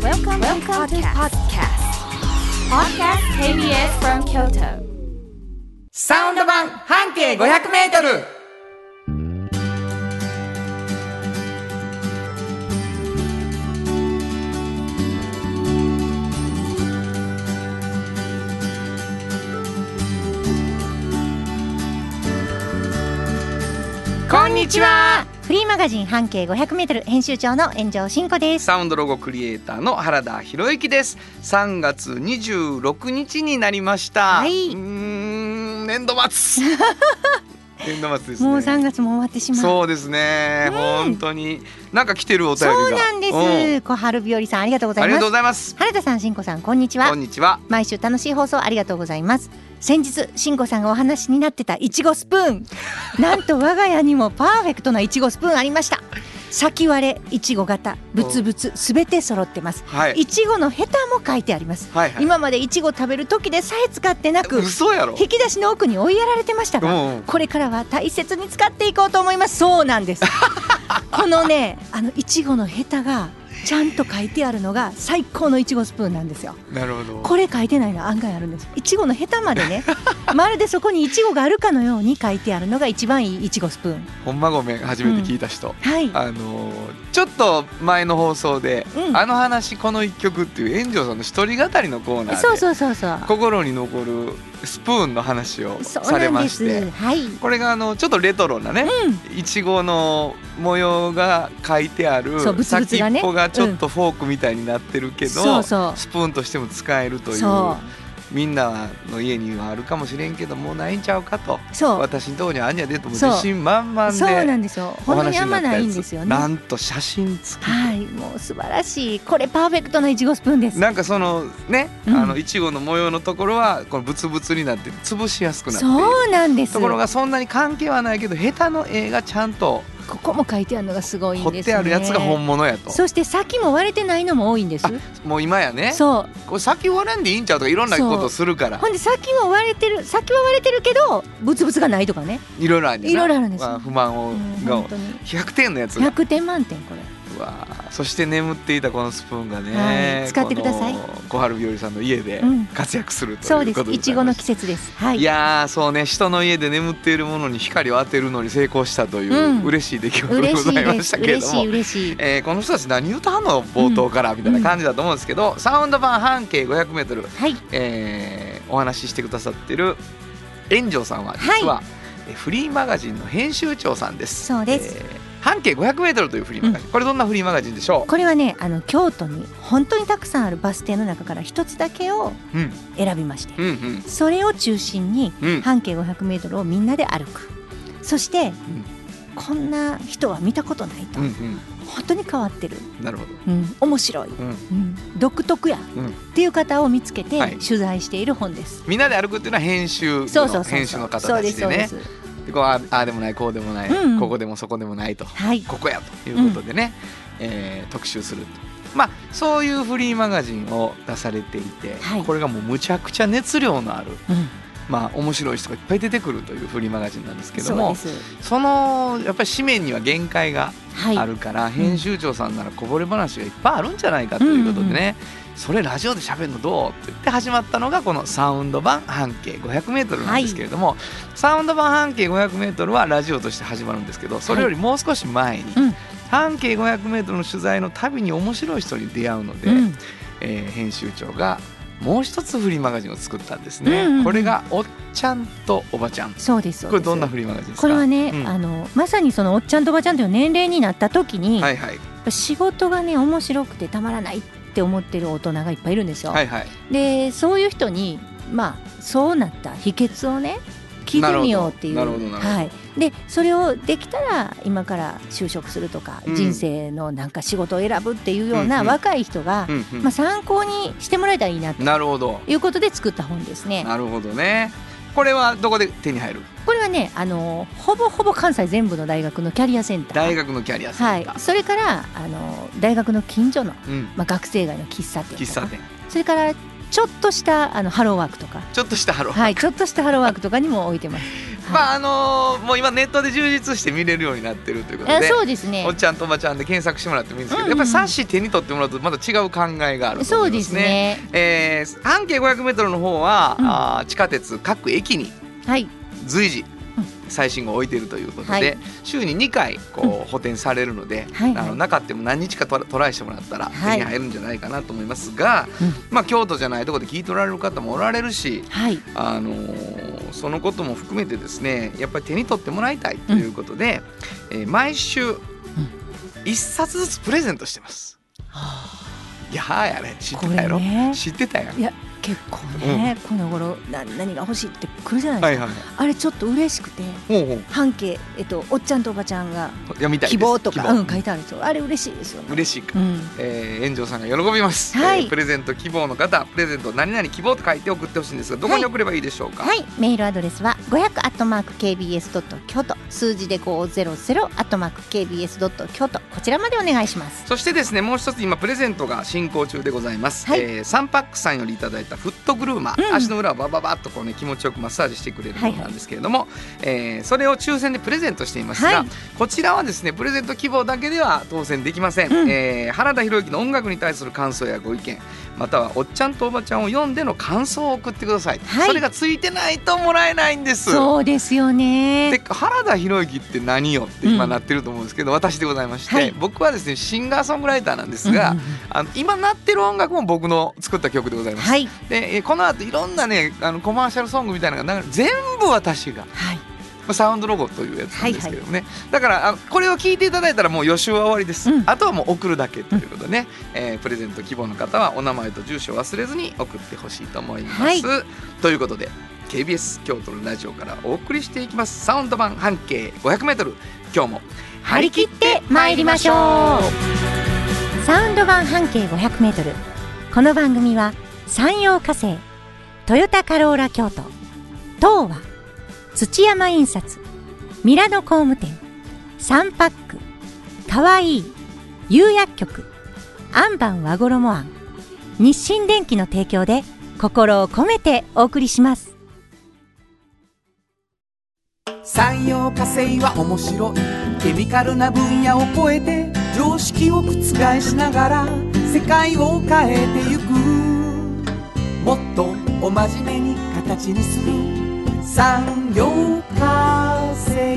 Welcome to podcast KBS from Kyoto. サウンド版半径500メートル。こんにちは。 フリーマガジン半径 500m 編集長の炎上真子です。 サウンドロゴクリエイターの原田博之です。3月26日になりました。 はい、 年度末年度末ですね。 もう3月も終わってしまう。 そうですね、本当になんか来てるお便りが。 そうなんです。小春日和さん、ありがとうございます。 ありがとうございます。 原田さん、真子さん、こんにちは。 こんにちは。 毎週楽しい放送ありがとうございます。先日真子さんがお話になってたいちごスプーンなんと我が家にもパーフェクトないちごスプーンありました。先割れ、いちご型、ブツブツすべて揃ってます。いちごのヘタも書いてあります。はいはい、今までいちご食べる時でさえ使ってなく、 嘘やろ、 引き出しの奥に追いやられてましたが、これからは大切に使っていこうと思います。そうなんですこのね、いちごのヘタがちゃんと書いてあるのが最高のいちごスプーンなんですよ。 なるほど。 これ書いてないの案外あるんです。いちごのヘタまでねまるでそこにいちごがあるかのように書いてあるのが一番いいいちごスプーン。 ほんまごめん、初めて聞いた人、 はい、 ちょっと前の放送で、あの話この一曲っていう炎上さんの一人語りのコーナーで心に残るスプーンの話をされまして、 はい、 これがちょっとレトロなね、いちごの模様が書いてある先っぽがちょっとフォークみたいになってるけど、スプーンとしても使えるという、みんなの家にはあるかもしれんけどもうないんちゃうかと、私のところにあんやでと自信満々でそうなんですよ。本当にあんまないんですよね。 なんと写真付き、 はい、もう素晴らしい。これパーフェクトないちごスプーンです。 なんかそのね、いちごの模様のところはこのブツブツになって潰しやすくなっている。 そうなんです。 ところがそんなに関係はないけどヘタの絵がちゃんとここも書いてあるのがすごいんですね。 彫ってあるやつが本物やと。 そして先も割れてないのも多いんです。 もう今やね、 そうこれ先割れんでいいんちゃうとかいろんなことをするから。 ほんで先は割れてるけどブツブツがないとかね、 いろいろあるんです。 いろいろあるんですよ。 不満をが100点のやつが 100点満点。これそして眠っていたこのスプーンがね、 使ってください。 小春日和さんの家で活躍するということで、 そうです。いちごの季節です。 いやそうね、人の家で眠っているものに光を当てるのに成功したという嬉しい出来事でございましたけれども、 嬉しい。 この人たち何言うたの冒頭からみたいな感じだと思うんですけど、サウンド版半径 500m、お話ししてくださってる炎上さんは実は、フリーマガジンの編集長さんです。 そうです。 半径 500m というフリーマガジン、これどんなフリーマガジンでしょう。 これはね、京都に本当にたくさんあるバス停の中から一つだけを選びまして、それを中心に半径 500m をみんなで歩く。そして、こんな人は見たことないと、本当に変わってる、 なるほど、 面白い、独特や、っていう方を見つけて取材している本です。 みんなで歩くっていうのは編集の方たちでね、こうああでもないこうでもない、ここでもそこでもないと、ここやということでね、特集すると、そういうフリーマガジンを出されていて、これがもうむちゃくちゃ熱量のある、面白い人がいっぱい出てくるというフリーマガジンなんですけども、そのやっぱり紙面には限界があるから、編集長さんならこぼれ話がいっぱいあるんじゃないかということでね、それラジオで喋るのどうって言って始まったのがこのサウンド版半径 500m なんですけれども、サウンド版半径 500m はラジオとして始まるんですけど、それよりもう少し前に、半径 500m の取材のたびに面白い人に出会うので、編集長がもう一つフリーマガジンを作ったんですね。これがおっちゃんとおばちゃん。 そうです。 これどんなフリーマガジンですか。 これはね、まさにそのおっちゃんとおばちゃんという年齢になった時に、仕事がね面白くてたまらないって思ってる大人がいっぱいいるんですよ。でそういう人にそうなった秘訣をね聞いてみようっていう。でそれをできたら今から就職するとか、人生のなんか仕事を選ぶっていうような若い人が、参考にしてもらえたらいいなということで作った本ですね。 なるほどね。これはどこで手に入る。 これはね、ほぼほぼ関西全部の大学のキャリアセンター、 大学のキャリアセンター、 それから大学の近所の、学生街の喫茶店とか、それからちょっとしたハローワークとか、 ちょっとしたハローワーク、 ちょっとしたハローワークとかにも置いてます。 まあもう今ネットで充実して見れるようになってるということで、 そうですね、 おっちゃんとおばちゃんで検索してもらってもいいんですけど、やっぱり冊子手に取ってもらうとまた違う考えがあると思いますね。そうですね。半径 500m の方は、地下鉄各駅に随時最新号を置いているということで、週に2回こう補填されるので、なかっても何日かトライしてもらったら手に入るんじゃないかなと思いますが、まあ、京都じゃないところで聞いておられる方もおられるし、そのことも含めてですね、やっぱり手に取ってもらいたいということで、毎週1冊ずつプレゼントしてます。いやー、やれ知ってたやろ、知ってたやん。いや結構ね、この頃何が欲しいって来るじゃないですか、あれちょっと嬉しくて、半径、おっちゃんとおばちゃんが希望とか書いてあるんですよ。あれ嬉しいですよね。嬉しいか、 炎上さんが喜びます、プレゼント希望の方、プレゼント何々希望と書いて送ってほしいんですが、どこに送ればいいでしょうか。 メールアドレスは 500@kbs.kyoto、 数字で500@kbs.kyoto、 こちらまでお願いします。 そしてですね、もう一つ今プレゼントが進行中でございます、サンパックさんよりいただいたフットグルーマー、足の裏をバババッとこう、ね、気持ちよくマッサージしてくれるものなんですけれども、それを抽選でプレゼントしていますが、こちらはですね、プレゼント希望だけでは当選できません、原田裕之の音楽に対する感想やご意見、またはおっちゃんとおばちゃんを読んでの感想を送ってください、それがついてないともらえないんです。 そうですよね。 で、原田裕之って何よって今なってると思うんですけど、私でございまして、僕はですねシンガーソングライターなんですが、今なってる音楽も僕の作った曲でございます、でこの後いろんなねコマーシャルソングみたいなのが全部私が、サウンドロゴというやつなんですけどね、だからこれを聞いていただいたらもう予習は終わりです、あとはもう送るだけということでね、プレゼント希望の方はお名前と住所を忘れずに送ってほしいと思います、ということで KBS 京都のラジオからお送りしていきますサウンド版半径 500m、 今日も張り切って参りましょう。サウンド版半径 500m、 この番組は山陽火星、トヨタカローラ京都、東和、土山印刷、ミラノ工務店、サンパック、かわいい、釉薬局、アンバン和衣あん、日清電機の提供で心を込めてお送りします。 山陽火星は面白い、ケミカルな分野を超えて常識を覆しながら世界を変えてゆく、もっとお真面目に形にする産業化成。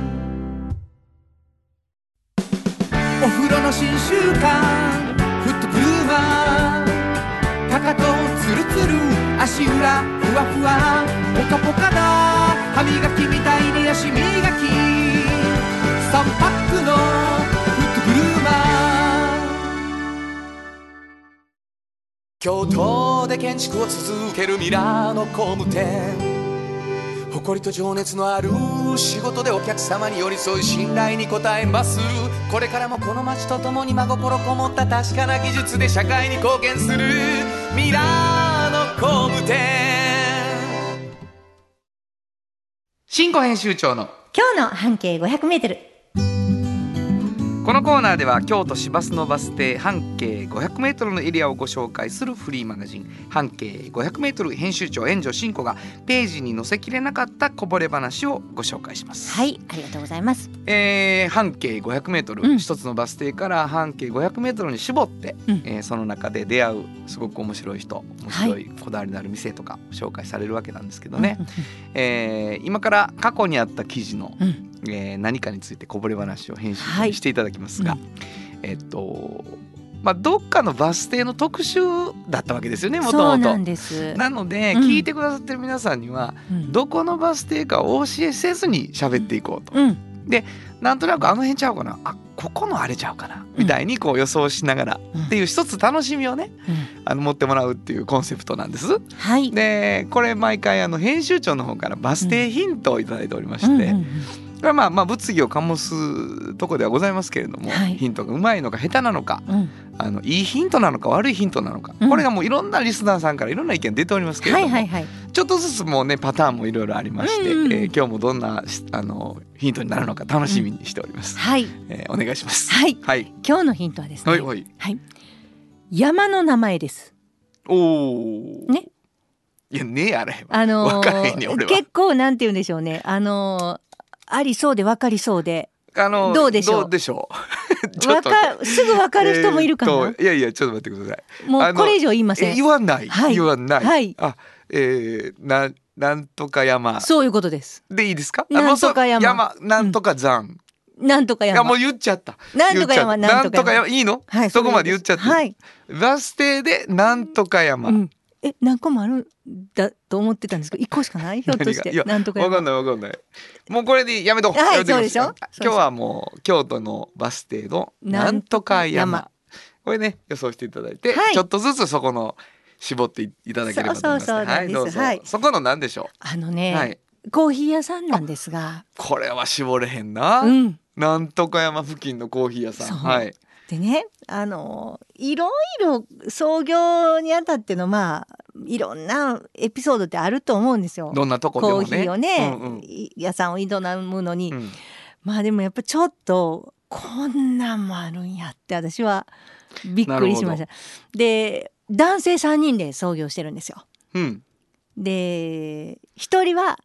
お風呂の新習慣フットグルーマー、かかとツルツル足裏ふわふわポカポカだ、歯磨きみたいに足磨き、3パックのフットグルーマー。京都で建築を続けるミラーの工務店、誇りと情熱のある仕事でお客様に寄り添い信頼に応えます。これからもこの街とともに真心こもった確かな技術で社会に貢献するミラーの工務店。 新語編集長の今日の半径 500m。 このコーナーでは京都市バスのバス停半径 500m のエリアをご紹介するフリーマガジン半径 500m 編集長円城真子がページに載せきれなかったこぼれ話をご紹介します。 はい、ありがとうございます。 半径 500m、一つのバス停から半径 500m に絞って、その中で出会うすごく面白い人、面白いこだわりのある店とか紹介されるわけなんですけどね、今から過去にあった記事の、何かについてこぼれ話を編集していただきますが、どっかのバス停の特集だったわけですよね、もともと。 そうなんです。 なので、聞いてくださってる皆さんには、どこのバス停かをお教えせずに喋っていこうと、でなんとなくあの辺ちゃうかな、あここのあれちゃうかな、みたいにこう予想しながらっていう一つ楽しみをね、持ってもらうっていうコンセプトなんです。でこれ毎回編集長の方からバス停ヒントをいただいておりまして、これは物議を醸すとこではございますけれども、ヒントがうまいのか下手なのか、いいヒントなのか悪いヒントなのか、これがもういろんなリスナーさんからいろんな意見出ておりますけれども、ちょっとずつもうねパターンもいろいろありまして、今日もどんなヒントになるのか楽しみにしております。お願いします。今日のヒントはですね、山の名前です。 ね、 いやねえやらへん分からへんね俺は。 結構なんて言うんでしょうね、ありそうで分かりそうで、どうでしょう。 どうでしょうすぐ分かる人もいるかな。 いやいやちょっと待ってください。 もうこれ以上言いません。 言わない、 はい、 言わない、 はい、 なんとか山、 そういうことです。 でいいですか。 なんとか山、 なんとか山、 なんとか山、 いやもう言っちゃった。 なんとか山、 なんとか山、いいの、 はい、 そこまで言っちゃって、 はい、 バス停でなんとか山、 何個もあるんだと思ってたんですけど1個しかない、ひょっとして。なんとか山、 わかんないわかんない。もうこれでやめとこう。 はい、そうでしょ。 今日はもう京都のバス停のなんとか山、これね予想していただいて、はい、ちょっとずつそこの絞っていただければと思います。はい、どうぞ、はい、そこの何でしょう。はい、 コーヒー屋さんなんですが、 これは絞れへんな、なんとか山付近のコーヒー屋さん。はい。 でね、いろいろ創業にあたってのいろんなエピソードってあると思うんですよ。 どんなとこでもね、 コーヒーをね、屋さんを営むのに、でもやっぱちょっとこんなんもあるんやって私はびっくりしました。で男性3人で創業してるんですよ。で1人は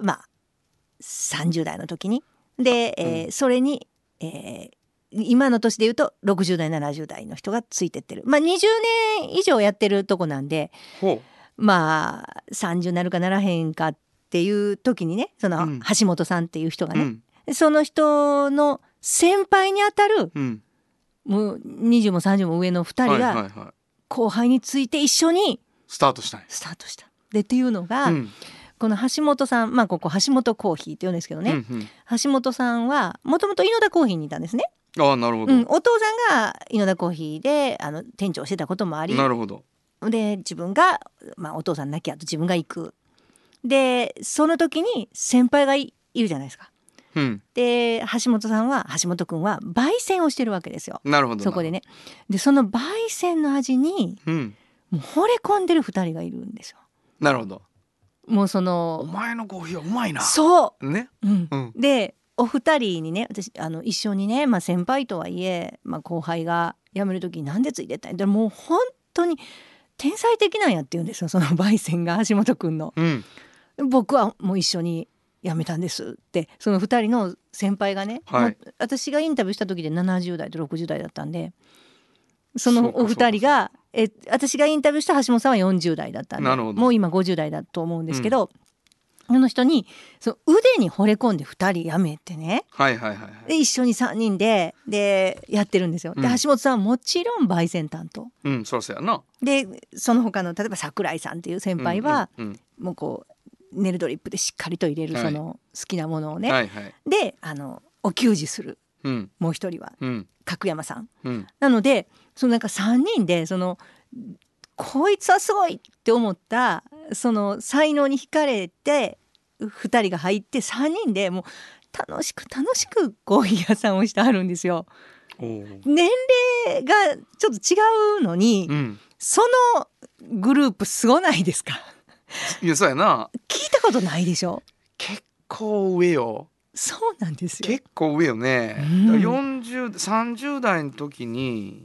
30代の時にで、それに、今の年でいうと60代70代の人がついてってる、20年以上やってるとこなんで、30なるかならへんかっていう時にね、その橋本さんっていう人がね、その人の先輩にあたる、もう20も30も上の2人が後輩について一緒にスタートしたでっていうのが、この橋本さん、ここ橋本コーヒーって言うんですけどね、橋本さんはもともと井の田コーヒーにいたんですね。 なるほど。 お父さんが井の田コーヒーで店長してたこともあり、 なるほど。 で自分が、お父さん亡き後自分が行く。でその時に先輩が いるじゃないですか。で橋本君は焙煎をしてるわけですよ。 なるほど。 そこでね、でその焙煎の味に、もう惚れ込んでる2人がいるんですよ。 なるほど。 もうお前のコーヒーはうまいな。 そうね、 でお二人にね、私一緒にね、先輩とはいえ、後輩が辞める時になんでついてったんや、でもう本当に天才的なんやって言うんですよ、その焙煎が橋本くんの、僕はもう一緒に辞めたんですってその二人の先輩がね、私がインタビューした時で70代と60代だったんで、そのお二人が私がインタビューした橋本さんは40代だったんで、もう今50代だと思うんですけど、その人に腕に惚れ込んで2人辞めてね、で一緒に3人でやってるんですよ。で橋本さんはもちろん焙煎担当、 そうやな。でその他の例えば桜井さんっていう先輩は、もうこうネルドリップでしっかりと入れるその好きなものをね、でお給仕する、もう一人は、角山さん、なのでなんか3人でこいつはすごいって思ったその才能に惹かれて2人が入って3人でもう楽しくコーヒー屋さんをしてあるんですよ。年齢がちょっと違うのに、そのグループすごないですか？ いやそうやな。 聞いたことないでしょ。 結構上よ。 そうなんですよ。 結構上よね。30代の時に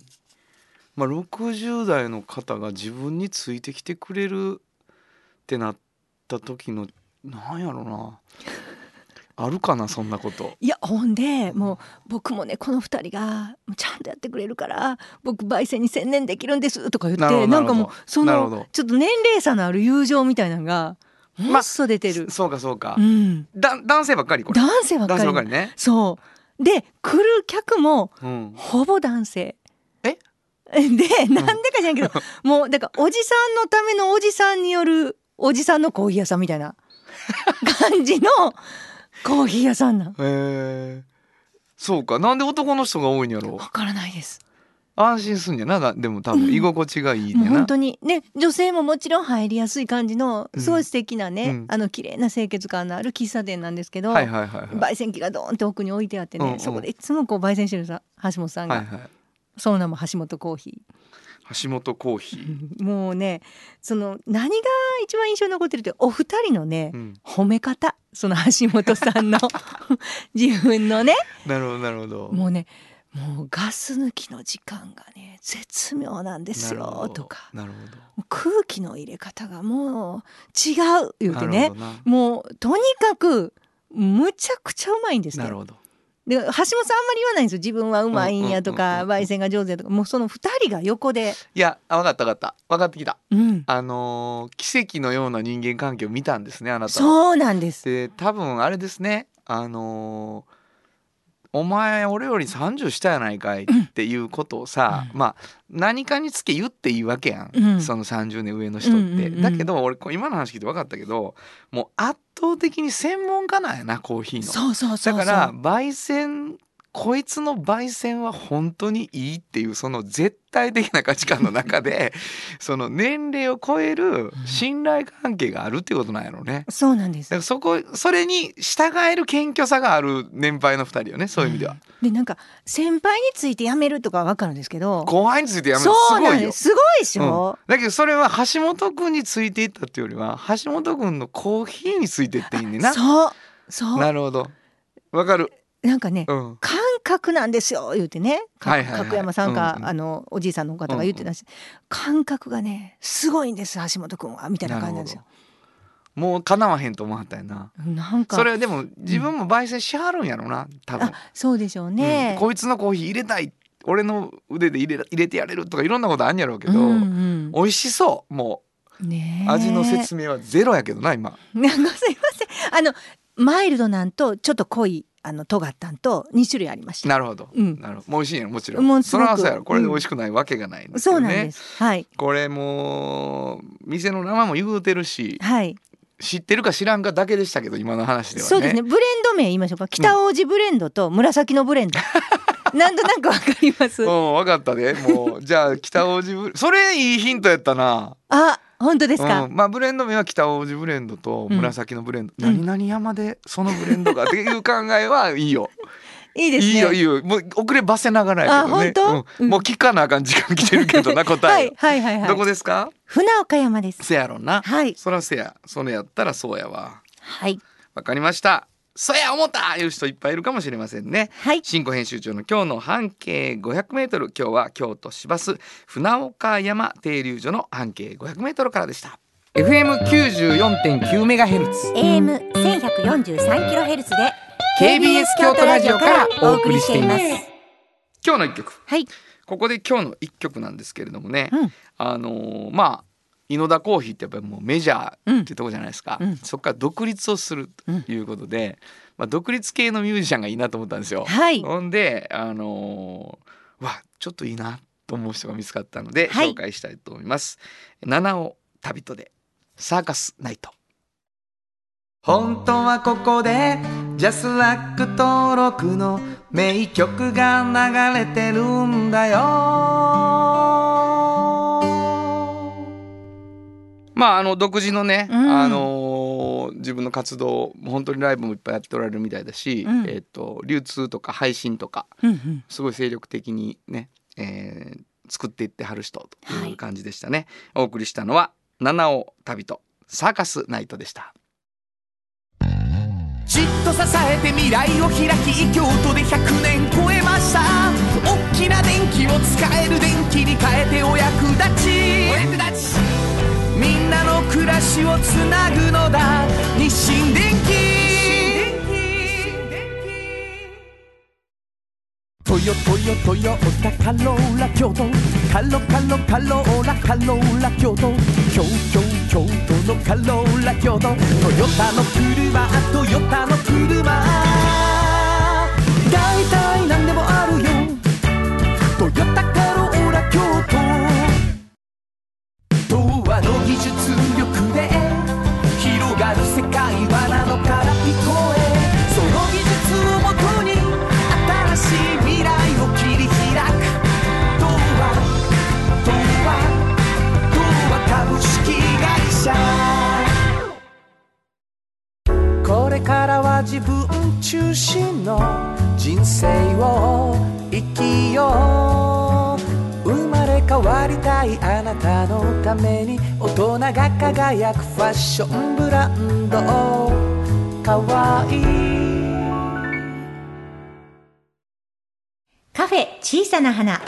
60代の方が自分についてきてくれるってなった時のなんやろなあるかな、そんなこと。いやほんでもう僕もねこの2人がちゃんとやってくれるから僕焙煎に専念できるんですとか言って、なんかもうそのちょっと年齢差のある友情みたいなのがもっそ出てる。 そうか、男性ばっかり、これ男性ばっかりね。そうで来る客も、ほぼ男性で、なんでか知らんけどもうだからおじさんのためのおじさんによるおじさんのコーヒー屋さんみたいな感じのコーヒー屋さんなん。 そうか。なんで男の人が多いんやろ。 わからないです。 安心すんやな。でも多分居心地がいいねんな。 もう本当にね、女性ももちろん入りやすい感じのすごい素敵なね、綺麗な清潔感のある喫茶店なんですけど、焙煎機がドーンって奥に置いてあってね、そこでいつもこう焙煎してる橋本さんが、その名も橋本コーヒー。 橋本コーヒーもうね、その何が一番印象に残ってるってお二人のね、褒め方、その橋本さんの自分のねなるほどもうね、 もうガス抜きの時間がね絶妙なんですよとか、 なるほど、 空気の入れ方がもう違う言うてね、もうとにかくむちゃくちゃうまいんですね。 なるほど。 で橋本さんあんまり言わないんですよ、自分はうまいんやとか焙煎が上手やとか。もうその2人が横で、 いや分かった分かってきた、奇跡のような人間関係を見たんですね、あなたは。 そうなんです。 で多分あれですね、お前俺より30下やないかいっていうことをさ、まあ何かにつけ言っていいわけやん、その30年上の人って、だけど俺今の話聞いて分かったけど、もう圧倒的に専門家なんやな、コーヒーの。だから焙煎、こいつの焙煎は本当にいいっていうその絶対的な価値観の中でその年齢を超える信頼関係があるっていうことなんやろうね。 そうなんです。 だからそれに従える謙虚さがある年配の2人よね、そういう意味では。 でなんか先輩について辞めるとかは分かるんですけど、 後輩について辞めるすごいよ。 すごいでしょ、 だけどそれは橋本くんについていったっていうよりは橋本くんのコーヒーについていっていいねんな。そうなるほど、わかる。 なんかね、感覚なんですよ言うてね、角山さんか、おじいさんの方が言ってたし、感覚がねすごいんです橋本くんはみたいな感じなんですよ。 もうかなわへんと思ったよな。なんかそれはでも自分も焙煎しはるんやろな、多分。 そうでしょうね、 こいつのコーヒー入れたい、俺の腕で入れてやれるとかいろんなことあるんやろうけど、美味しそう。もう、味の説明はゼロやけどな今。 すいません、マイルドなんとちょっと濃い尖ったんと2種類ありました。 なるほど、なるほど。もう美味しいんやろもちろん。それはそうやろ。これで美味しくないわけがないんですよね。そうなんです。はい。これもう店の名前も言うてるし、はい。知ってるか知らんかだけでしたけど今の話ではね。 そうですね。ブレンド名言いましょうか。北大路ブレンドと紫のブレンド。なんとなくわかります。 分かったね。もうじゃあ北大路それいいヒントやったな。 あ、本当ですか。 まあブレンド名は北大路ブレンドと紫のブレンド、何々山でそのブレンドがっていう考えはいいよ。 いいですね。 いいよいいよ。もう遅ればせながらやけどね。 本当、 もう聞かなあかん時間来てるけどな答え。はい。どこですか？ 船岡山です。 せやろな。はい。そらせや。それやったらそうやわ。はい。わかりました。そうや思ったいう人いっぱいいるかもしれませんね。はい。新庫編集長の今日の半径500メートル。今日は京都市バス船岡山停留所の半径500メートルからでした。FM94.9 メガヘルツ、 AM1143 キロヘルツで。 KBS 京都ラジオからお送りしています。今日の一曲、はい、ここで今日の一曲なんですけれどもね、まあ井野田コーヒーってやっぱりもうメジャーってとこじゃないですか、そこから独立をするということで、独立系のミュージシャンがいいなと思ったんですよ、はい、ほんでちょっといいなと思う人が見つかったので、紹介したいと思います。七尾旅人でサーカスナイト。 本当はここでジャスラック登録の名曲が流れてるんだよ。 独自のね、自分の活動本当にライブもいっぱいやっておられるみたいだし、流通とか配信とか、すごい精力的にね、作っていってはる人という感じでしたね、お送りしたのは七尾旅人サーカスナイトでした。 じっと支えて未来を開き京都で100年超えました。大きな電気を使える電気に変えてお役立ち、みんなの暮らしをつなぐのだ日清電気。トヨタカローラ京都、カローラ京都、京都のカローラ京都、トヨタの車、だいたいなんでもあるよ、トヨタカローラ京都。童話の技術力で広がる世界はなのから聞こえ、その技術をもとに新しい未来を切り開く。童話株式会社。これからは自分中心の人生を生きよう。生まれ変わりたいあなたのために大人が輝くファッションブランドかわいい。 カフェ小さな花。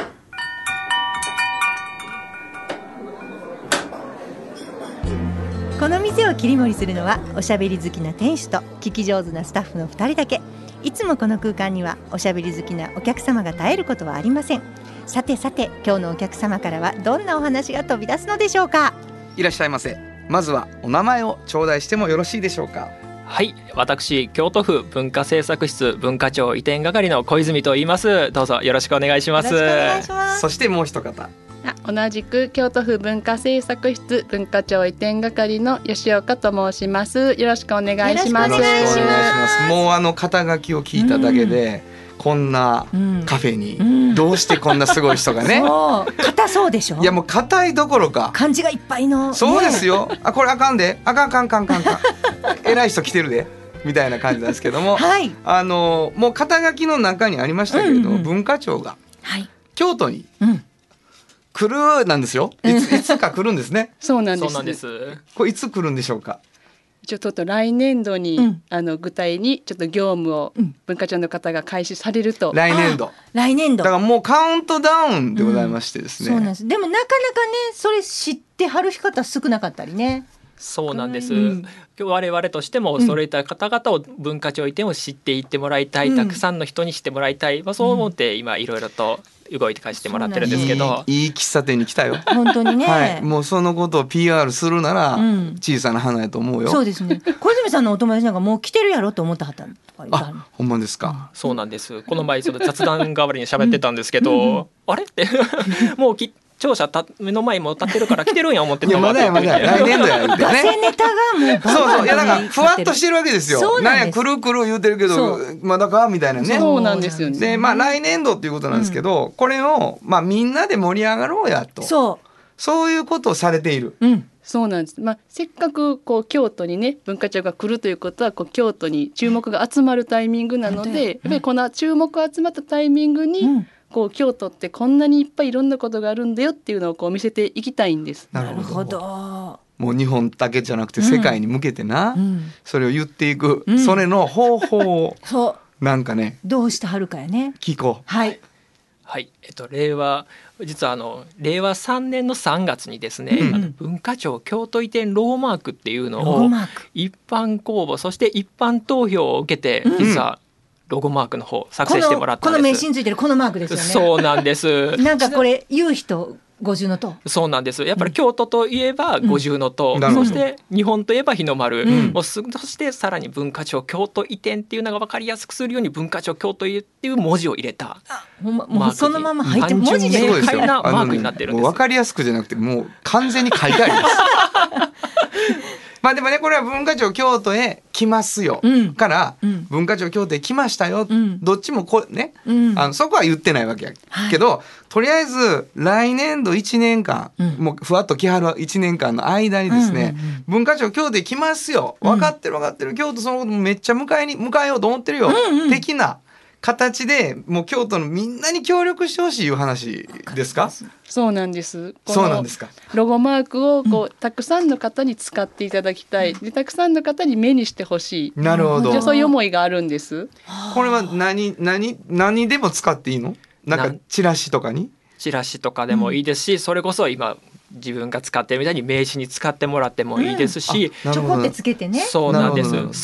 この店を切り盛りするのはおしゃべり好きな店主と聞き上手なスタッフの2人だけ。いつもこの空間にはおしゃべり好きなお客様が絶えることはありません。さてさて、今日のお客様からはどんなお話が飛び出すのでしょうか。 いらっしゃいませ。まずはお名前を頂戴してもよろしいでしょうか。 はい、私京都府文化政策室文化庁移転係の小泉と言います。どうぞよろしくお願いします。 よろしくお願いします。 そしてもう一方、 同じく京都府文化政策室文化庁移転係の吉岡と申します。よろしくお願いします。 よろしくお願いします。 もう肩書きを聞いただけで、こんなカフェにどうしてこんなすごい人がね、 そう硬そうでしょ。 いやもう硬いどころか漢字がいっぱいの、 そうですよ、これあかんで、あかん偉い人来てるでみたいな感じなんですけども、 はい、 もう肩書きの中にありましたけれど、文化庁が京都に来るなんですよ。いつか来るんですね。 そうなんです。 そうなんです。 これいつ来るんでしょうか。 ちょっと来年度に、具体にちょっと業務を文化庁の方が開始されると。 来年度だからもうカウントダウンでございましてですね、 そうなんです。でもなかなかねそれ知ってはる方少なかったりね。 そうなんです、今日我々としてもそういった方々を文化庁移転を知っていってもらいたい、たくさんの人に知ってもらいたい、そう思って今いろいろと動いて返してもらってるんですけど、 いい喫茶店に来たよ本当にね、 はい、もうそのことを PR するなら小さな花やと思うよ。 そうですね。小泉さんのお友達なんかもう来てるやろと思ってはったとか。 あ、ほんまですか。 そうなんです。この前ちょっと雑談代わりに喋ってたんですけど、あれってもう庁舎目の前も立ってるから来てるんや思ってた。 いやまだ来年度やってね。 ガセネタがもうそういやなんかふわっとしてるわけですよ。なんやくるくる言うてるけどまだかみたいなね。 そうなんですよね。 で来年度っていうことなんですけど、これをみんなで盛り上がろうやと、そういうことをされている。 そうなんです。せっかく京都にね文化庁が来るということは京都に注目が集まるタイミングなので、やっぱりこの注目が集まったタイミングに、京都ってこんなにいっぱいいろんなことがあるんだよっていうのを見せていきたいんです。 なるほど。 もう日本だけじゃなくて世界に向けてな、それを言っていく、それの方法をなんかねどうしてはるかやね聞こう。 はいはい、実は令和3年の3月にですね、文化庁京都移転ロゴマークっていうのを一般公募そして一般投票を受けて、実はロゴマークの方作成してもらったんです。 この名刺についてるこのマークですよね。 そうなんです。 なんかこれ言う人五重塔。 そうなんです。やっぱり京都といえば五重塔、そして日本といえば日の丸、そしてさらに文化庁京都移転っていうのが分かりやすくするように文化庁京都っていう文字を入れたもうそのまま入って文字で明快なマークになってるんです。 分かりやすくじゃなくてもう完全に書いてありますでもねこれは文化庁京都へ来ますよ、から、文化庁京都へ来ましたよ、どっちもね、そこは言ってないわけやけど、とりあえず来年度1年間、もうふわっと来はる1年間の間にですね、文化庁京都へ来ますよ、分かってる京都そのこともめっちゃ迎えようと思ってるよ、的な形でもう京都のみんなに協力してほしいいう話ですか。 そうなんです。 そうなんですか。 ロゴマークをたくさんの方に使っていただきたい、でたくさんの方に目にしてほしい。 なるほど。 そういう思いがあるんです。 これは何でも使っていいの？なんかチラシとかに？ チラシとかでもいいですし、それこそ今自分が使ってるみたいに名刺に使ってもらってもいいですし、 ちょこってつけてね。 そうなんです。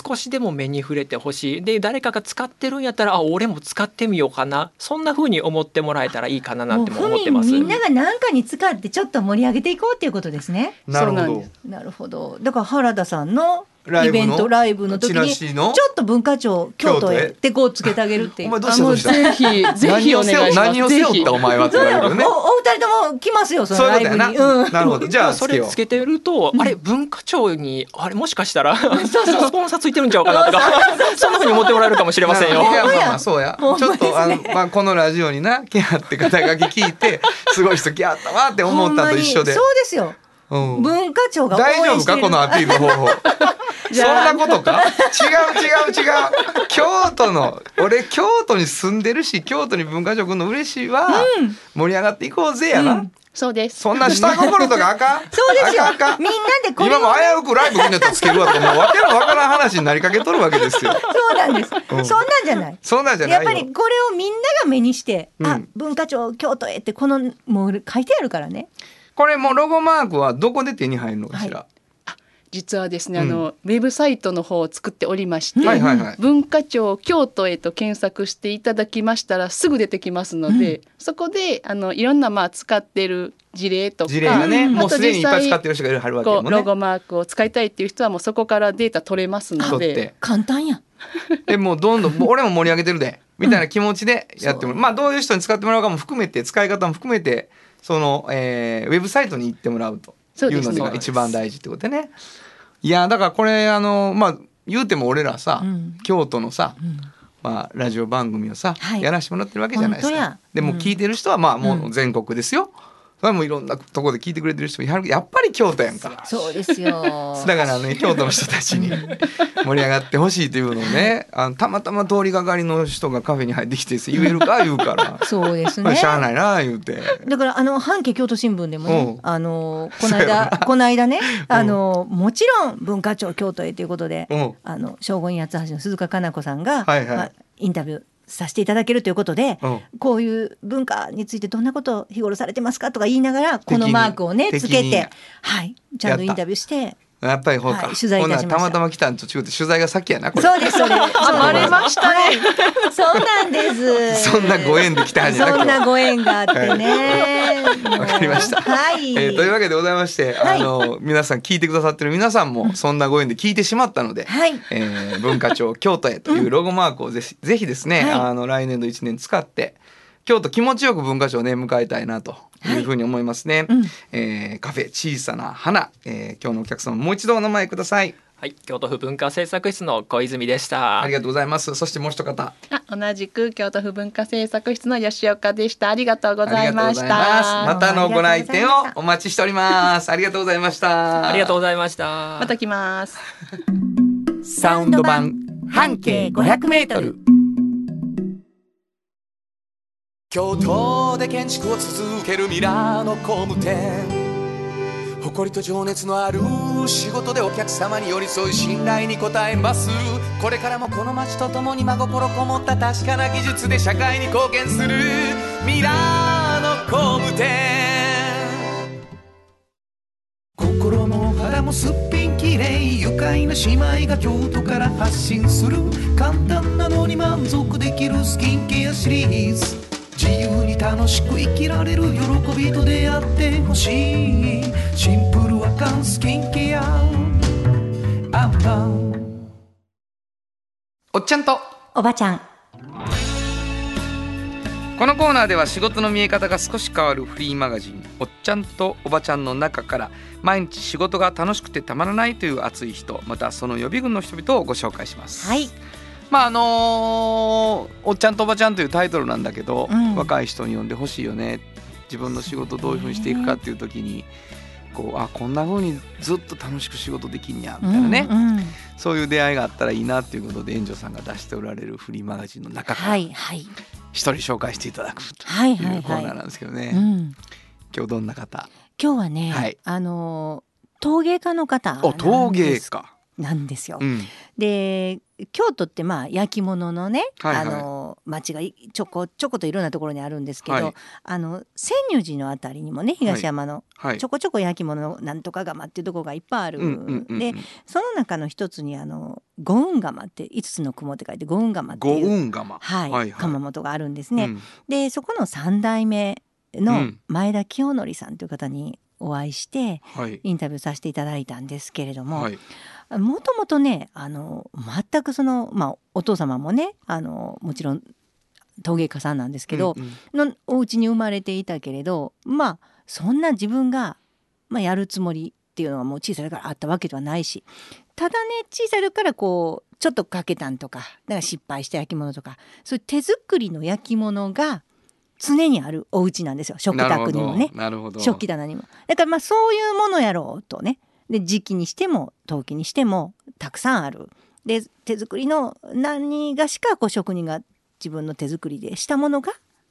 少しでも目に触れてほしい。で誰かが使ってるんやったら俺も使ってみようかな、そんな風に思ってもらえたらいいかななんても思ってます。 みんなが何かに使ってちょっと盛り上げていこうっていうことですね。 なるほど。 なるほど。だから原田さんのイベントライブの時にちょっと文化庁京都へってこうつけてあげるっていう。 お前どうしたぜひお願いします。 何を背負ったお前はって言われるよね。 お二人とも来ますよそのライブに。 なるほど。じゃあそれつけてると、あれ文化庁にもしかしたらスポンサーついてるんちゃうかなとかそんな風に思ってもらえるかもしれませんよ。 いやそうや。ちょっとこのラジオにな来はって肩書き聞いてすごい人来はったわって思ったのと一緒で。 そうですよ。文化庁が応援してる。 大丈夫かこのアピール方法。そんなことか。違う京都に住んでるし京都に文化庁来るの嬉しいわ、盛り上がっていこうぜやな、 そうです。 そんな下心とかあかんそうですよ。みんなでこれ、 今も危うくライブギネットつけるわとかもうわけのわからん話になりかけとるわけですよ。 そうなんです、そんなんじゃない。 そんなんじゃないよ。 やっぱりこれをみんなが目にして、文化庁京都へってこのもう書いてあるからね。 これもロゴマークはどこで手に入るのかしら。 実はですね、ウェブサイトの方を作っておりまして、文化庁京都へと検索していただきましたらすぐ出てきますので、そこでいろんな使ってる事例とか、 もうすでにいっぱい使ってる人がいるわけもね。 ロゴマークを使いたいっていう人はもうそこからデータ取れますので、 簡単や。 もうどんどん俺も盛り上げてるでみたいな気持ちでやってもらう。どういう人に使ってもらうかも含めて、使い方も含めてその、ウェブサイトに行ってもらうというのが一番大事ってことでね。いやだからこれ言うても俺らさ、京都のさ、ラジオ番組をさ、やらせてもらってるわけじゃないですか。でも聞いてる人はもう全国ですよ。それもいろんなところで聞いてくれてる人やっぱり京都やんか。 そうですよ。 だからね、京都の人たちに盛り上がってほしいというのをね、たまたま通りがかりの人がカフェに入ってきて言えるか言うからそうですね、 しゃあないな言うて。 だから半径京都新聞でもね、この間ね、もちろん文化庁京都へということで、聖護院八橋の鈴鹿かな子さんが、インタビューさせていただけるということで、こういう文化についてどんなことを日頃されてますかとか言いながらこのマークをねつけて、ちゃんとインタビューしてやっぱりほうか、 取材いたしました。 たまたま来たんと違って取材が先やなこれ。 そうですそれバレましたね。 そうなんです。 そんなご縁で来たんじゃなくて、 そんなご縁があってね。 わかりました。というわけでございまして、皆さん聞いてくださってる皆さんもそんなご縁で聞いてしまったので、文化庁京都へというロゴマークをぜひですね、来年度1年使って京都気持ちよく文化庁をね迎えたいなというふうに思いますね。カフェ小さな花、今日のお客様もう一度お名前ください。 はい、京都府文化制作室の小泉でした。 ありがとうございます。そしてもう一方、 同じく京都府文化制作室の吉岡でした。ありがとうございました。 またのご来店をお待ちしております。ありがとうございました。 ありがとうございました。 また来ます。 サウンド版半径500メートル。京都で建築を続けるミラーの工務店、誇りと情熱のある仕事でお客様に寄り添い信頼に応えます。これからもこの街とともに真心こもった確かな技術で社会に貢献するミラーの工務店。心も肌もすっぴんきれい、愉快な姉妹が京都から発信する簡単なのに満足できるスキンケアシリーズ。自由に楽しく生きられる喜びと出会ってほしい。シンプルアカンスキンケアアンバー。 おっちゃんとおばちゃん。 このコーナーでは仕事の見え方が少し変わるフリーマガジンおっちゃんとおばちゃんの中から毎日仕事が楽しくてたまらないという熱い人、またその予備軍の人々をご紹介します。 はい。 おっちゃんとおばちゃんというタイトルなんだけど、若い人に読んでほしいよね。自分の仕事どういう風にしていくかっていう時にこんな風にずっと楽しく仕事できんやみたいなね、そういう出会いがあったらいいなっていうことで援助さんが出しておられるフリーマガジンの中から一人紹介していただくというコーナーなんですけどね、今日どんな方？ 今日はね、陶芸家の方陶芸家なんですよ。で京都って焼き物のね、町がちょこといろんなところにあるんですけど、泉涌寺のあたりにもね東山のちょこちょこ焼き物のなんとか窯っていうところがいっぱいある。でその中の一つに五雲窯って5つの雲って書いて五雲窯っていう窯元があるんですね。でそこの3代目の前田清則さんという方にお会いしてインタビューさせていただいたんですけれども、もともとね全くお父様もねもちろん陶芸家さんなんですけど、のお家に生まれていたけれどそんな自分が、やるつもりっていうのはもう小さい時からあったわけではないし、ただね小さい時からちょっとかけたんとか失敗した焼き物とかそういう手作りの焼き物が常にあるお家なんですよ。食卓にもね食器棚にも。だからそういうものやろうとね。で磁器にしても陶器にしてもたくさんある。で手作りの何がしか職人が自分の手作りでしたものが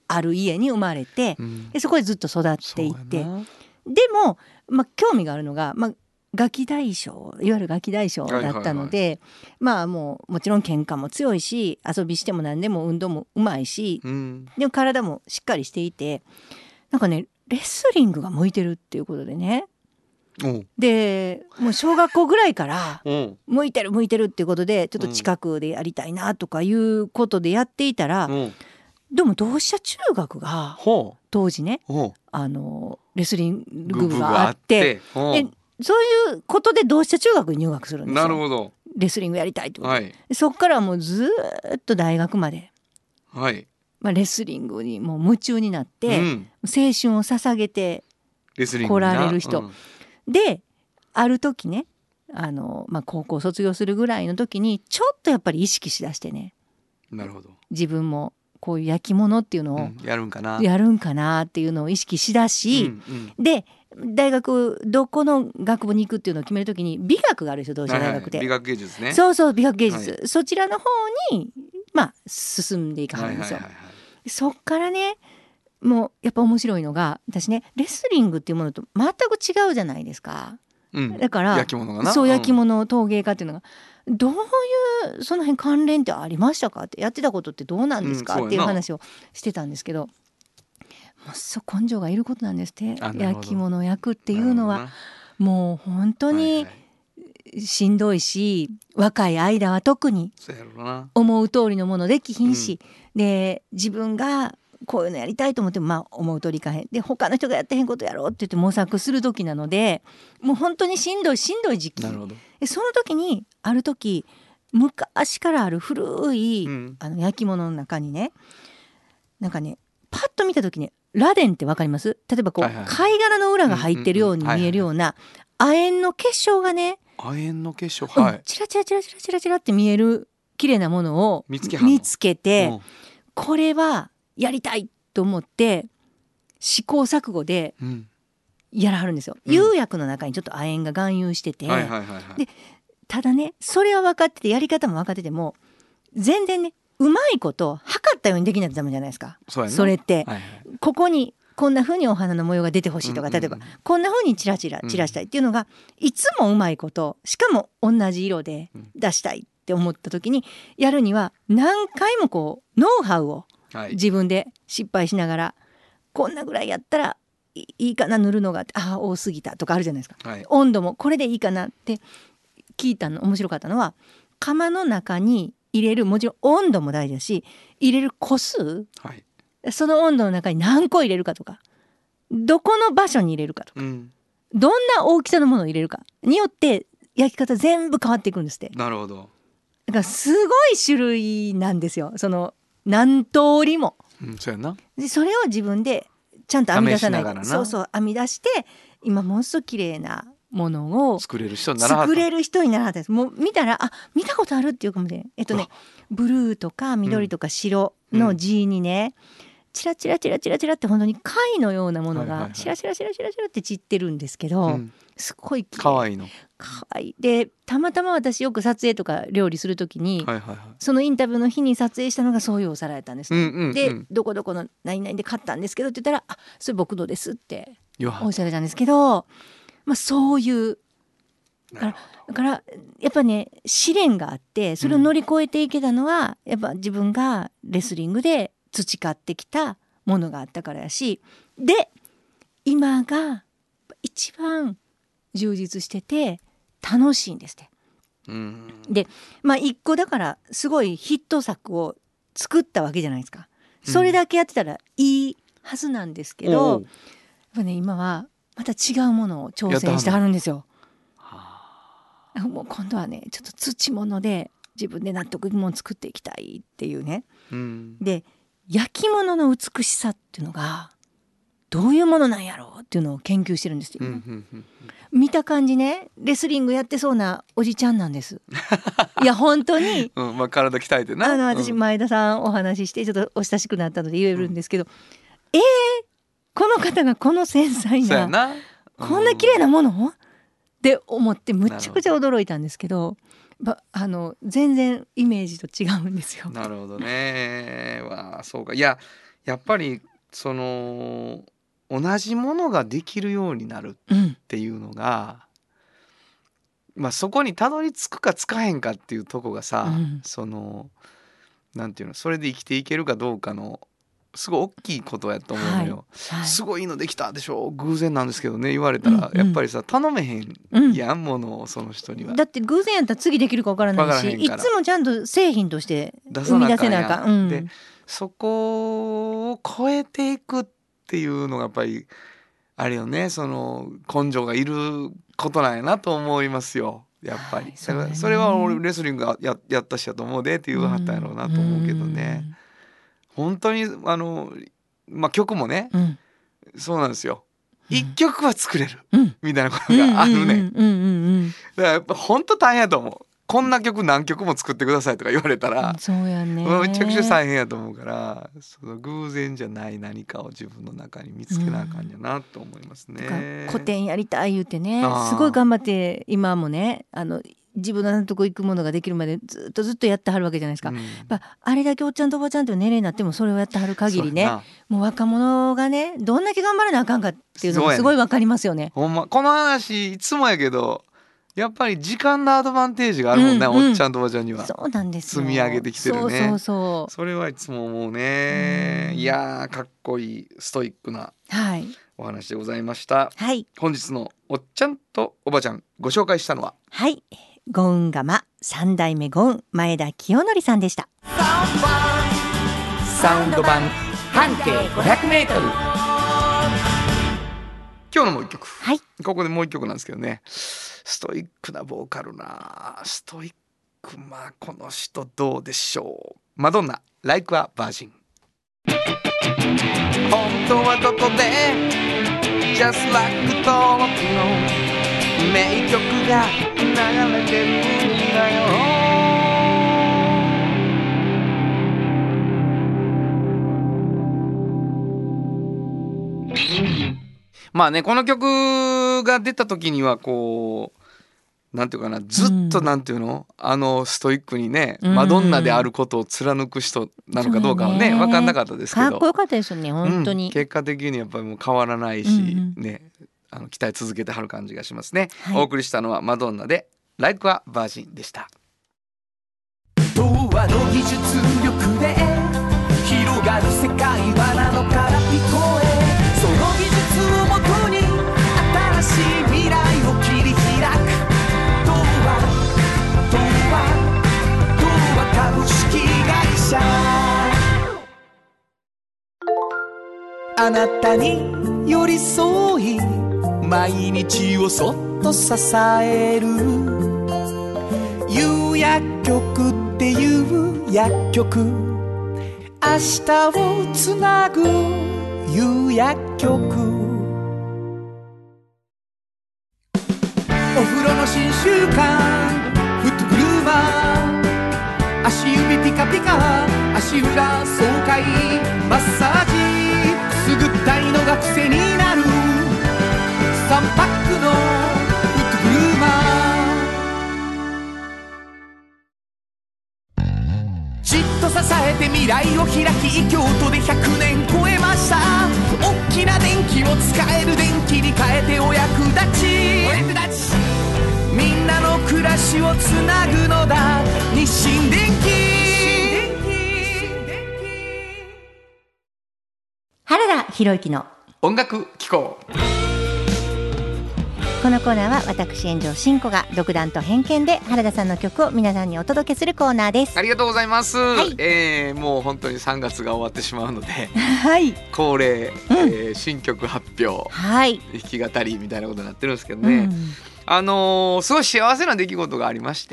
ある家に生まれて、でそこでずっと育っていって、でも、興味があるのが、ガキ大将、いわゆるガキ大将だったので、もちろん喧嘩も強いし、遊びしても何でも運動もうまいし、でも体もしっかりしていて、なんかねレスリングが向いてるっていうことでね、でもう小学校ぐらいから向いてるっていうことで、ちょっと近くでやりたいなとかいうことでやっていたら、でも同志社中学が当時ねレスリング部があって、でそういうことで同志社中学に入学するんですよ。 なるほど。 レスリングやりたいってことで、そっからもうずっと大学まで、レスリングにもう夢中になって、青春を捧げて来られる人、である時ね高校卒業するぐらいの時にちょっとやっぱり意識しだしてね、 なるほど、 自分もこういう焼き物っていうのをやるんかなっていうのを意識しだし、で大学どこの学部に行くっていうのを決めるときに美学があるでしょ、同志社大学で、 美学芸術ね。 そう美学芸術、そちらの方に進んでいかはるんですよ。そっからねもうやっぱ面白いのが、私ねレスリングっていうものと全く違うじゃないですか。だから焼き物がな、 焼き物陶芸家っていうのがどういうその辺関連ってありましたかって、やってたことってどうなんですか、っていう話をしてたんですけど、もう根性がいることなんですって。焼き物を焼くっていうのはもう本当にしんどいし、若い間は特に思う通りのものできひんし、で自分がこういうのやりたいと思っても思う通りいかへんで、他の人がやってへんことやろうって言って模索する時なので、もう本当にしんどい時期。その時にある時昔からある古い、焼き物の中にね、なんかねパッと見た時に螺鈿ってわかります？例えばこう、貝殻の裏が入ってるように見えるような亜鉛の結晶がね、チラチラって見える綺麗なものを見つけて、これはやりたいと思って試行錯誤でやらはるんですよ。釉薬の中にちょっと亜鉛が含有してて、でただねそれは分かってて、やり方も分かってても全然ねうまいこと測ったようにできないとダメじゃないですか。それって、ここにこんな風にお花の模様が出てほしいとか、例えばこんな風にチラしたいっていうのがいつもうまいこと、しかも同じ色で出したいって思った時にやるには、何回もこうノウハウを自分で失敗しながら、こんなぐらいやったらいいかな、塗るのが多すぎたとかあるじゃないですか、温度もこれでいいかなって聞いたの。面白かったのは、窯の中に入れる、もちろん温度も大事だし、入れる個数、その温度の中に何個入れるかとか、どこの場所に入れるかとか、どんな大きさのものを入れるかによって焼き方全部変わっていくんですって。 なるほど。 だからすごい種類なんですよ、その何通りも。 そうやな。 でそれを自分でちゃんと編み出さないと、編み出して今ものすごく綺麗なものを作れる人にならはったです。もう見たら見たことあるっていうかもね、ブルーとか緑とか白の地にね、チラチラって本当に貝のようなものがチラチラって散ってるんですけど、すごいかわいいの。 かわいい。でたまたま私よく撮影とか料理するときに、そのインタビューの日に撮影したのがそういうお皿やったんです、でどこどこの何々で買ったんですけどって言ったら、それ僕のですっておっしゃってたんですけど、そういうだからやっぱね試練があって、それを乗り越えていけたのは、やっぱ自分がレスリングで培ってきたものがあったからやし、で今が一番充実してて楽しいんですって。で一個だからすごいヒット作を作ったわけじゃないですか。それだけやってたらいいはずなんですけど、やっぱね今はまた違うものを挑戦してはるんですよ。もう今度はねちょっと土物で自分で納得いくもの作っていきたいっていうね、で焼き物の美しさっていうのがどういうものなんやろうっていうのを研究してるんですよ、見た感じねレスリングやってそうなおじちゃんなんですいや本当に、 体鍛えてな、 私前田さんお話ししてちょっとお親しくなったので言えるんですけど、この方がこの繊細なこんな綺麗なものって思ってむちゃくちゃ驚いたんですけど、全然イメージと違うんですよ。 なるほどね。そうか。いややっぱりその同じものができるようになるっていうのが、そこにたどり着くかつかへんかっていうとこがさ、そのなんていうの、それで生きていけるかどうかのすごい大きいことやと思うのよ、すごいのできたでしょ、偶然なんですけどね言われたら、やっぱりさ頼めへんやん、ものをその人には。 だって偶然やったら次できるか分からないし、いつもちゃんと製品として生み出せなあかん。 でそこを超えていくっていうのがやっぱりあれよね、その根性がいることなんやなと思いますよ、やっぱり。だからそれは俺レスリングやったしやと思うでって言わはったんやろうなと思うけどね。本当に曲もね、そうなんですよ、一曲は作れるみたいなことがあるね。だからやっぱ本当大変やと思う。こんな曲何曲も作ってくださいとか言われたら、 そうやね、 めちゃくちゃ大変やと思うから、その偶然じゃない何かを自分の中に見つけなあかんやなと思いますね。 古典やりたい言うてね、すごい頑張って今もね、自分のとこ行くものができるまでずっとやってはるわけじゃないですか、あれだけおっちゃんとおばちゃんという年齢になってもそれをやってはる限りね、もう若者がねどんだけ頑張らなあかんかっていうのがすごいわかりますよね。 ほんまこの話いつもやけど、やっぱり時間のアドバンテージがあるもんね、おっちゃんとおばちゃんには。 そうなんですよ、 積み上げてきてるね。 それはいつも思うね。いやかっこいいストイックなお話でございました、本日のおっちゃんとおばちゃんご紹介したのは、 ゴウンガマ3代目ゴウン前田清則さんでした。 サウンド版半径 500m。 今日のもう一曲、ここでもう一曲なんですけどね、ストイックなボーカルな、ストイック、この人どうでしょう。マドンナ Like a Virgin。 本当はどこで Just Like 登録の名曲が流れてるんだよ。この曲が出た時にはこうなんていうかな、ずっとなんていうの、ストイックにね、マドンナであることを貫く人なのかどうかはね分かんなかったですけど、 かっこよかったですよね本当に、 結果的にやっぱりもう変わらないし、ね、期待続けてはる感じがしますね、お送りしたのはマドンナで Like a Virgin でした。 童話の技術力で広がる世界はなのから聞こえ、その技術をもとに新しい未来を切り開く。童話株式会社。あなたに寄り添い毎日をそっと支える有薬局っていう薬局、明日をつなぐ有薬局。お風呂の新習慣フットグルーマー、足指ピカピカ足裏爽快マッサージくすぐったいのが癖になる3パックのフットグルーマー、じっと支えて未来を開き京都で100年超えました。大きな電気を使える電気に変えてお役立ち、みんなの暮らしをつなぐのだ日清電気。 原田博之の音楽機構。 このコーナーは私炎上真子が独断と偏見で原田さんの曲を皆さんにお届けするコーナーです。 ありがとうございます、もう本当に3月が終わってしまうので、恒例、新曲発表、弾き語りみたいなことになってるんですけどね、すごい幸せな出来事がありまして、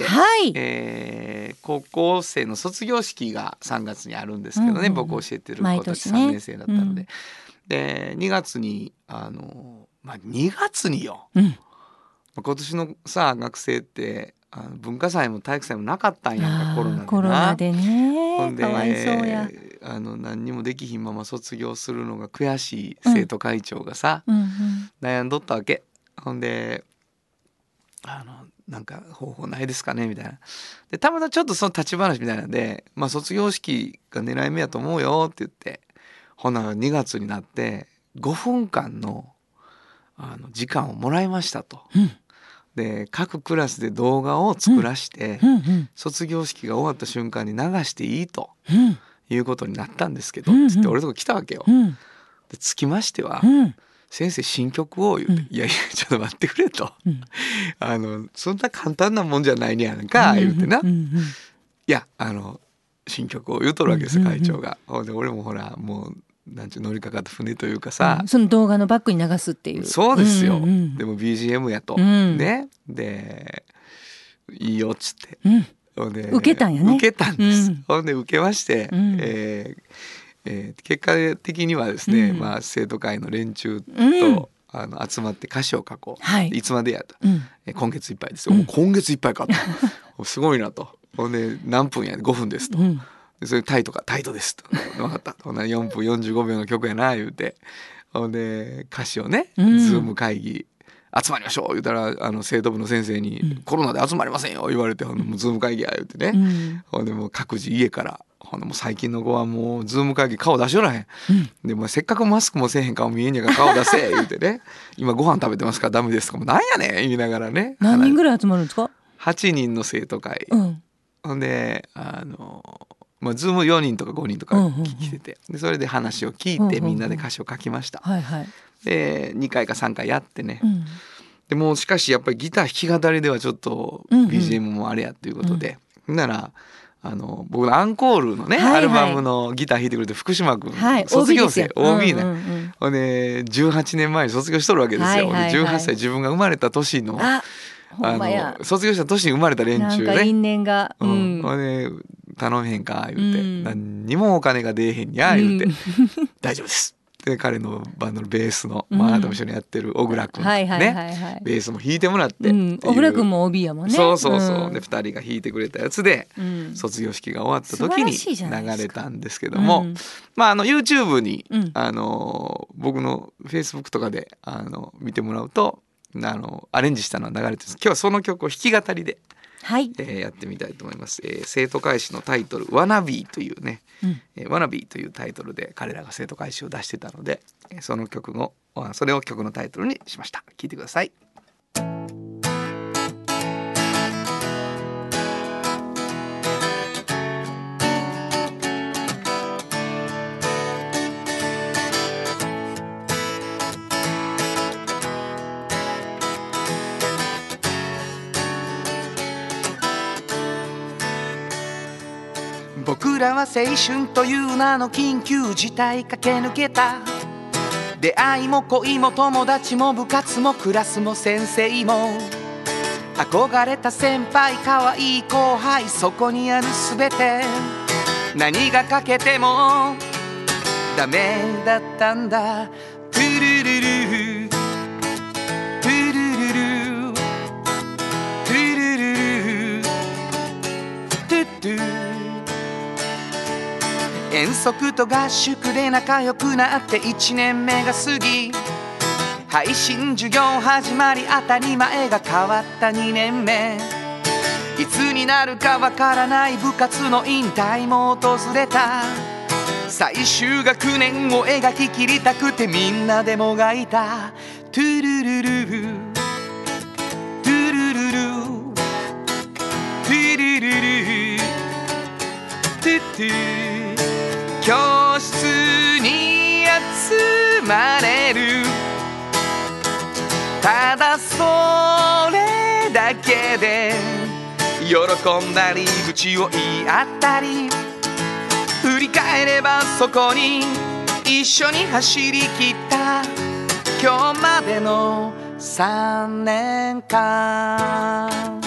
高校生の卒業式が3月にあるんですけどね、僕教えてる子たち3年生だったので、で2月に2月によ、今年のさ学生って文化祭も体育祭もなかったんやんか、コロナでね。 ほんでかわいそうや。 何にもできひんまま卒業するのが悔しい生徒会長がさ、悩んどったわけ。ほんでなんか方法ないですかねみたいな。でたまたまちょっとその立ち話みたいなんで、卒業式が狙い目やと思うよって言って、 ほな2月になって5分間の時間をもらいましたと、で各クラスで動画を作らして、卒業式が終わった瞬間に流していいと、いうことになったんですけど、つって俺のとこ来たわけよ。でつきましては、先生新曲を言って、いやいやちょっと待ってくれと、そんな簡単なもんじゃないねやんか、言うてな、いや新曲を言うとるわけですよ、会長が。で俺もほらもうなんちゅう乗りかかった船というかさ、 その動画のバックに流すっていう。 そうですよ、でも BGM やと、ね、でいいよっつって、で受けたんやね。 受けたんです、ほんで受けまして、結果的にはですね、生徒会の連中と、集まって歌詞を書こう、いつまでやと、今月いっぱいですよ、もう今月いっぱいかとすごいなと。ほんで何分や5分ですと、でそれタイトですと分かったと。ほんなら4分45秒の曲やな言うて、ほんで歌詞をね、ズーム会議集まりましょう言うたら生徒部の先生に、コロナで集まりませんよ言われて、ほんでもうズーム会議や言うてね、ほんでもう各自家から、ほんでもう最近の子はもうズーム会議顔出しよらへん、でもせっかくマスクもせえへん顔見えんやから顔出せ言うてね今ご飯食べてますからダメですとかもなんやねん言いながらね。 何人ぐらい集まるんですか ？8人の生徒会、ほんでズーム4人とか5人とか来てて、でそれで話を聞いてみんなで歌詞を書きました。で2回か3回やってね、でもうしかしやっぱりギター弾き語りではちょっと BGM もあれやっていうことで、なら僕のアンコールのね、アルバムのギター弾いてくれて福島君、卒業生 OB ね、ほんで18年前に卒業しとるわけですよ。18歳自分が生まれた年の卒業した年に生まれた連中ね、 なんか因縁が、 ほんで頼めへんか言うて、何にもお金が出えへんや言うて大丈夫ですで彼のバンドのベースの、あなたも一緒にやってる小倉君ね、ベースも弾いてもらって、 小倉君も OB やもんね。 そう、で2人が弾いてくれたやつで、卒業式が終わった時に流れたんですけども、YouTube に、僕の Facebook とかで見てもらうとアレンジしたのが流れてるんです。今日はその曲を弾き語りでやってみたいと思います。生徒会誌のタイトル「ワナビー」というね、ワナビーというタイトルで彼らが生徒会誌を出してたので、それを曲のタイトルにしました。聴いてください。僕らは青春という名の緊急事態駆け抜けた。出会いも恋も友達も部活もクラスも先生も憧れた先輩可愛い後輩、そこにある全て何が欠けてもダメだったんだ。トゥルルルトゥルルルトゥルルルトゥトゥ。遠足と合宿で仲良くなって1年目が過ぎ、配信授業始まり当たり前が変わった2年目、いつになるかわからない部活の引退も訪れた。最終学年を描き切りたくてみんなでもがいた。トゥルルルトゥルルルトゥルルルトゥトゥ。教室に集まれる、ただそれだけで喜んだり愚痴を言い合ったり、振り返ればそこに一緒に走り切った今日までの3年間。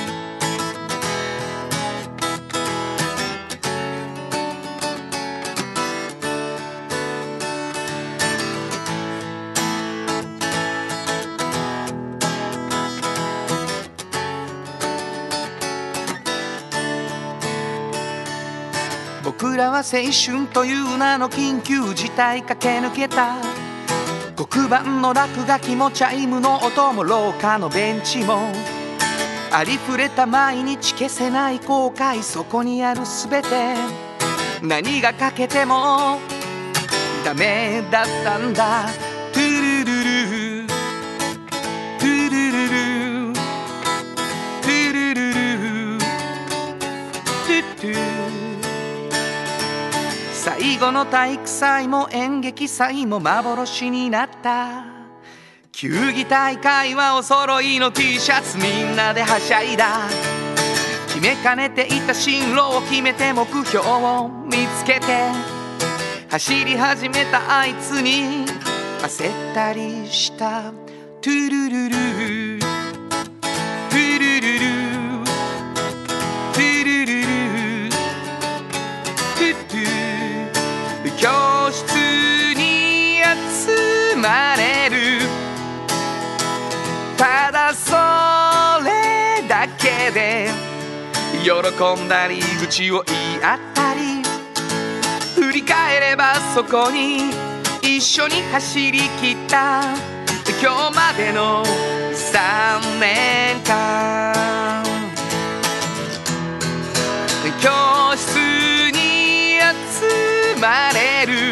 僕らは青春という名の緊急事態駆け抜けた。黒板の落書きもチャイムの音も廊下のベンチもありふれた毎日消せない後悔、そこにあるすべて何が欠けてもダメだったんだ。トゥルルルトゥルルルトゥルルルトゥトゥ。最後の体育祭も演劇祭も幻になった。球技大会はお揃いの T シャツみんなではしゃいだ。決めかねていた進路を決めて目標を見つけて走り始めたあいつに焦ったりした。トゥルルルトゥルルルトゥルルルトゥトゥ。教室に集まれるただそれだけで喜んだり愚痴を言い合ったり、振り返ればそこに一緒に走り切った今日までの3年間。教室に集まれる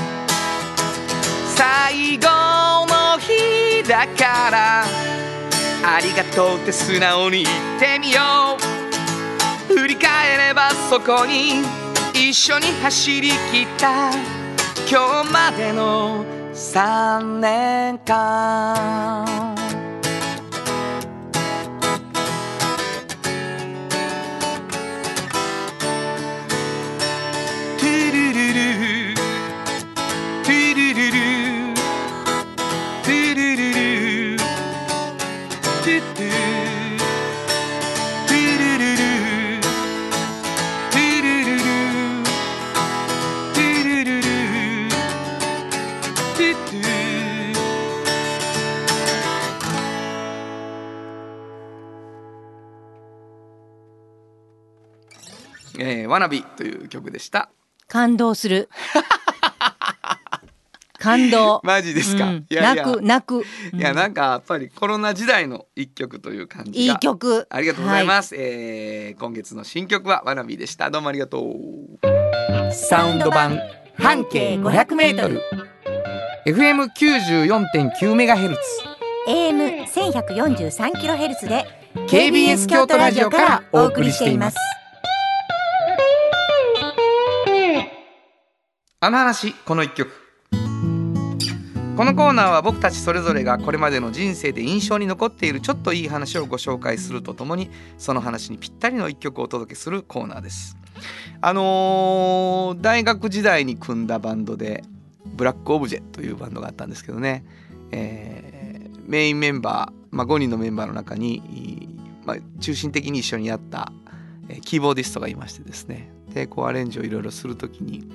最後の日だからありがとうって素直に言ってみよう。振り返ればそこに一緒に走り切った今日までの3年間。トゥルルルトゥルルルトゥルルルトゥトゥわなびという曲でした。 感動する感動マジですか、いやいや泣く、 いやなんかやっぱりコロナ時代の一曲という感じがいい曲、 ありがとうございます、今月の新曲はわなびでした。どうもありがとう。 サウンド版半径 500m FM94.9MHz AM1143kHz で KBS 京都ラジオからお送りしています。 あの話この一曲。このコーナーは僕たちそれぞれがこれまでの人生で印象に残っているちょっといい話をご紹介するとともにその話にぴったりの一曲をお届けするコーナーです。大学時代に組んだバンドでブラックオブジェというバンドがあったんですけどね、メインメンバー、5人のメンバーの中に、中心的に一緒にやった、キーボーディストがいましてですね、でこうアレンジをいろいろするときに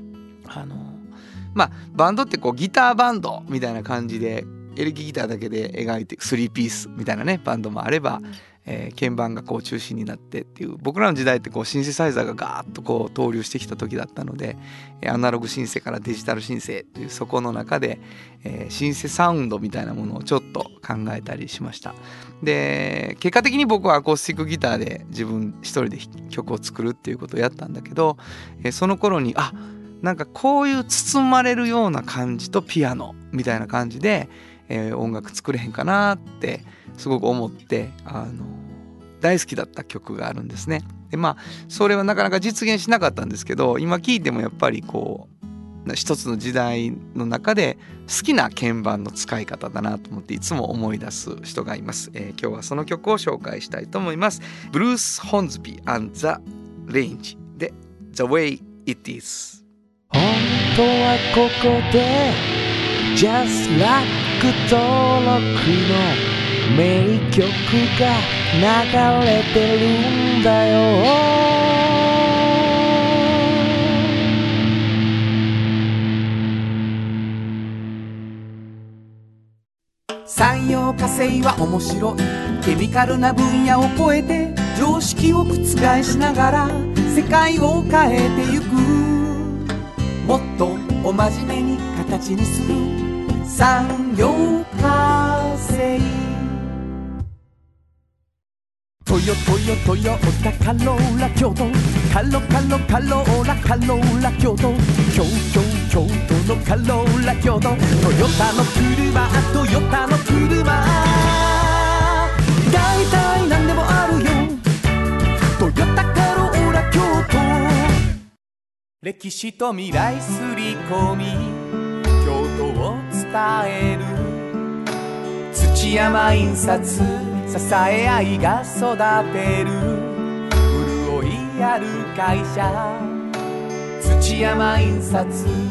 バンドってこうギターバンドみたいな感じでエレキギターだけで描いて3ピースみたいなねバンドもあれば、鍵盤がこう中心になってっていう、僕らの時代ってこうシンセサイザーがガーッとこう投入してきた時だったので、アナログシンセからデジタルシンセというそこの中で、シンセサウンドみたいなものをちょっと考えたりしました。で結果的に僕はアコースティックギターで自分一人で曲を作るっていうことをやったんだけど、その頃になんかこういう包まれるような感じとピアノみたいな感じで、音楽作れへんかなってすごく思って大好きだった曲があるんですね。でそれはなかなか実現しなかったんですけど、今聴いてもやっぱりこう一つの時代の中で好きな鍵盤の使い方だなと思っていつも思い出す人がいます。今日はその曲を紹介したいと思います。ブルース・ホンズビー and the Range で The Way It Is。 本当はここで Just Like 登録の名曲が流れてるんだよ。 産業化成は面白い。ケミカルな分野を超えて常識を覆しながら世界を変えてゆく。もっとお真面目に形にする産業化成。トトヨタカローラ京都カローラ京都京都のカローラ京都トヨタの車だいたいなんでもあるよトヨタカローラ京都歴史と未来すり込み京都を伝える土山印刷支え合いが育てる潤いある会社土山印刷。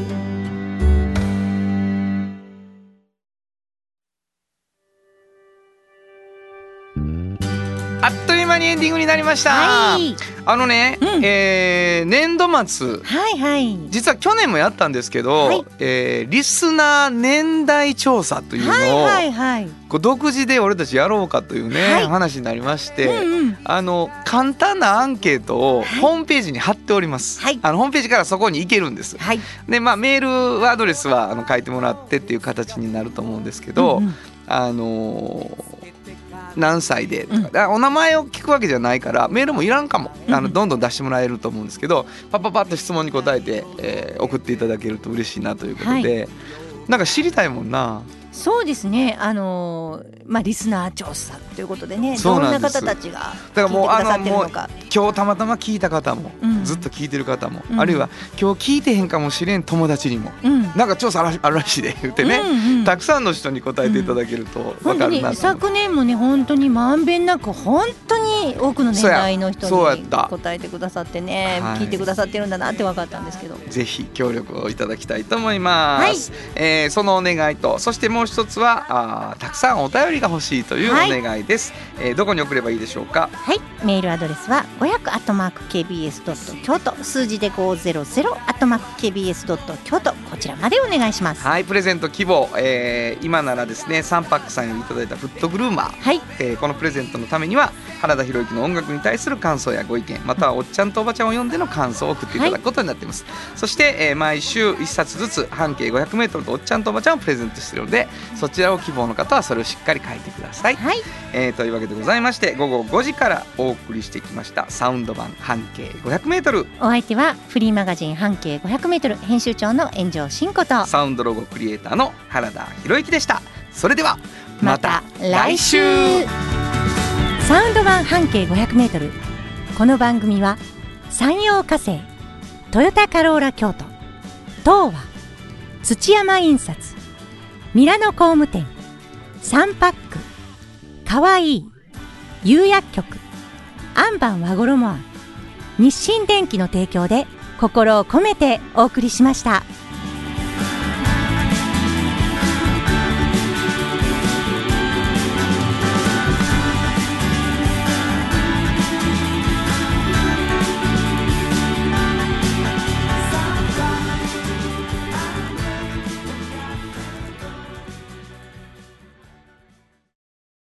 あっという間にエンディングになりました、はい、年度末、 はいはい、 実は去年もやったんですけど、はい、リスナー年代調査というのを、はいはいはい、独自で俺たちやろうかというね、はい、話になりまして、簡単なアンケートをホームページに貼っております、はい、ホームページからそこに行けるんです、はい、でメールアドレスは書いてもらってっていう形になると思うんですけど、何歳でとか、お名前を聞くわけじゃないからメールもいらんかも、どんどん出してもらえると思うんですけど、パッと質問に答えて、送っていただけると嬉しいなということで、はい、なんか知りたいもんな。 そうですね、リスナー調査ということでね、どんな方たちが聞いてくださってるのか、 今日たまたま聞いた方も、ずっと聞いてる方も、あるいは今日聞いてへんかもしれん友達にも、なんか調査あるらしいで言ってね、たくさんの人に答えていただけると分かるなと。 昨年もね本当にまんべんなく本当に多くの年代の人に答えてくださってね、聞いてくださってるんだなって分かったんですけど、 ぜひ協力をいただきたいと思います、はい、そのお願いと、そしてもう一つはたくさんお便りが欲しいというお願いです、はい、どこに送ればいいでしょうか。 はい、メールアドレスは500@kbs.京都、数字で500@kbs.京都、こちらまでお願いします。 はい、プレゼント希望、今ならですねサンパックさんにいただいたフットグルーマー、はい、このプレゼントのためには原田博之の音楽に対する感想やご意見、またはおっちゃんとおばちゃんを呼んでの感想を送っていただくことになっています、はい、そして、毎週1冊ずつ半径 500m とおっちゃんとおばちゃんをプレゼントしているので、そちらを希望の方はそれをしっかり書いてください、はい、というわけでございまして、午後5時からお送りしてきましたサウンド版半径 500m、 お相手はフリーマガジン半径 500m 編集長の炎上真子とサウンドロゴクリエイターの原田博之でした。それではまた来週。 サウンド版半径 500m、 この番組は山陽火星、トヨタカローラ京都、東和、土山印刷、ミラノ工務店、サンパック、かわいい、釉薬局、アンバン和衣庵、日清電機の提供で心を込めてお送りしました。